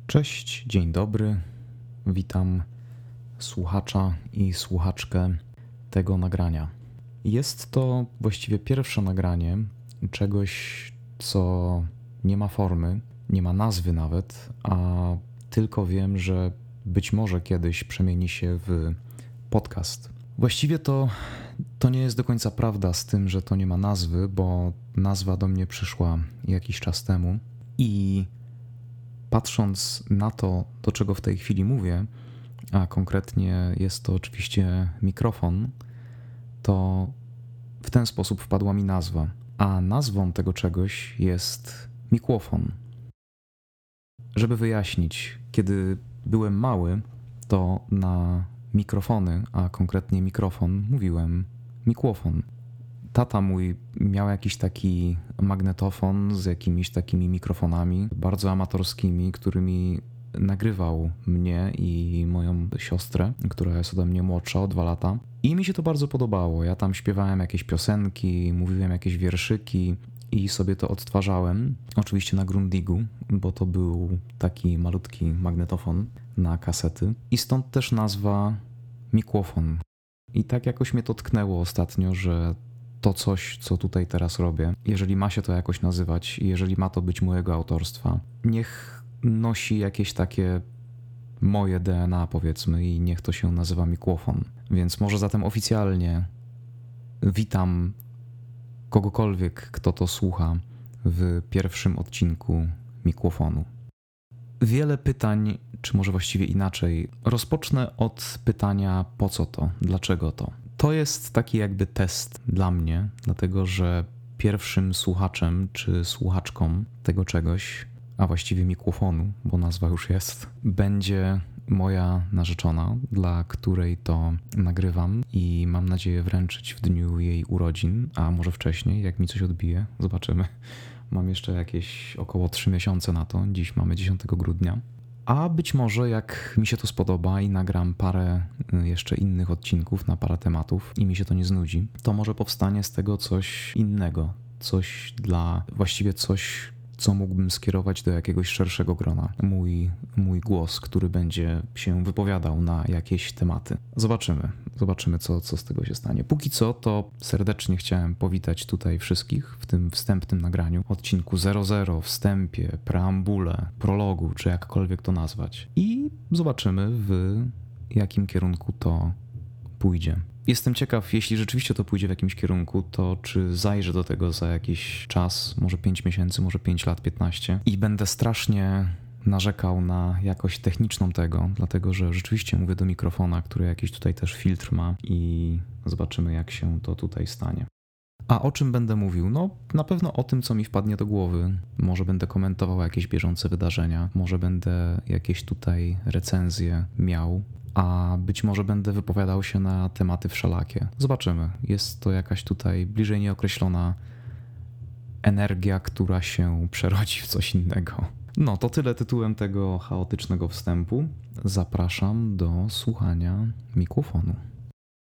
Cześć, dzień dobry. Witam słuchacza i słuchaczkę tego nagrania. Jest to właściwie pierwsze nagranie czegoś, co nie ma formy, nie ma nazwy nawet, a tylko wiem, że być może kiedyś przemieni się w podcast. Właściwie to nie jest do końca prawda z tym, że to nie ma nazwy, bo nazwa do mnie przyszła jakiś czas temu i patrząc na to, do czego w tej chwili mówię, a konkretnie jest to oczywiście mikrofon, to w ten sposób wpadła mi nazwa. A nazwą tego czegoś jest mikrofon. Żeby wyjaśnić, kiedy byłem mały, to na mikrofony, a konkretnie mikrofon, mówiłem mikrofon. Tata mój miał jakiś taki magnetofon z jakimiś takimi mikrofonami bardzo amatorskimi, którymi nagrywał mnie i moją siostrę, która jest ode mnie młodsza o 2 lata. I mi się to bardzo podobało. Ja tam śpiewałem jakieś piosenki, mówiłem jakieś wierszyki i sobie to odtwarzałem. Oczywiście na Grundigu, bo to był taki malutki magnetofon na kasety. I stąd też nazwa mikrofon. I tak jakoś mnie to tknęło ostatnio, że to coś, co tutaj teraz robię, jeżeli ma się to jakoś nazywać, jeżeli ma to być mojego autorstwa, niech nosi jakieś takie moje DNA, powiedzmy, i niech to się nazywa mikrofon. Więc może zatem oficjalnie witam kogokolwiek, kto to słucha w pierwszym odcinku mikrofonu. Wiele pytań, czy może właściwie inaczej, rozpocznę od pytania po co to, dlaczego to. To jest taki jakby test dla mnie, dlatego że pierwszym słuchaczem czy słuchaczką tego czegoś, a właściwie mikrofonu, bo nazwa już jest, będzie moja narzeczona, dla której to nagrywam i mam nadzieję wręczyć w dniu jej urodzin, a może wcześniej, jak mi coś odbije, zobaczymy. Mam jeszcze jakieś około 3 miesiące na to, dziś mamy 10 grudnia. A być może jak mi się to spodoba i nagram parę jeszcze innych odcinków na parę tematów i mi się to nie znudzi, to może powstanie z tego coś innego, właściwie coś, co mógłbym skierować do jakiegoś szerszego grona. Mój głos, który będzie się wypowiadał na jakieś tematy. Zobaczymy co z tego się stanie. Póki co to serdecznie chciałem powitać tutaj wszystkich w tym wstępnym nagraniu, odcinku 00, wstępie, preambule, prologu, czy jakkolwiek to nazwać. I zobaczymy, w jakim kierunku to pójdzie. Jestem ciekaw, jeśli rzeczywiście to pójdzie w jakimś kierunku, to czy zajrzę do tego za jakiś czas, może 5 miesięcy, może 5 lat, 15 i będę strasznie narzekał na jakość techniczną tego, dlatego że rzeczywiście mówię do mikrofona, który jakiś tutaj też filtr ma i zobaczymy, jak się to tutaj stanie. A o czym będę mówił? No, na pewno o tym, co mi wpadnie do głowy. Może będę komentował jakieś bieżące wydarzenia, może będę jakieś tutaj recenzje miał, a być może będę wypowiadał się na tematy wszelakie. Zobaczymy. Jest to jakaś tutaj bliżej nieokreślona energia, która się przerodzi w coś innego. No, to tyle tytułem tego chaotycznego wstępu. Zapraszam do słuchania mikrofonu.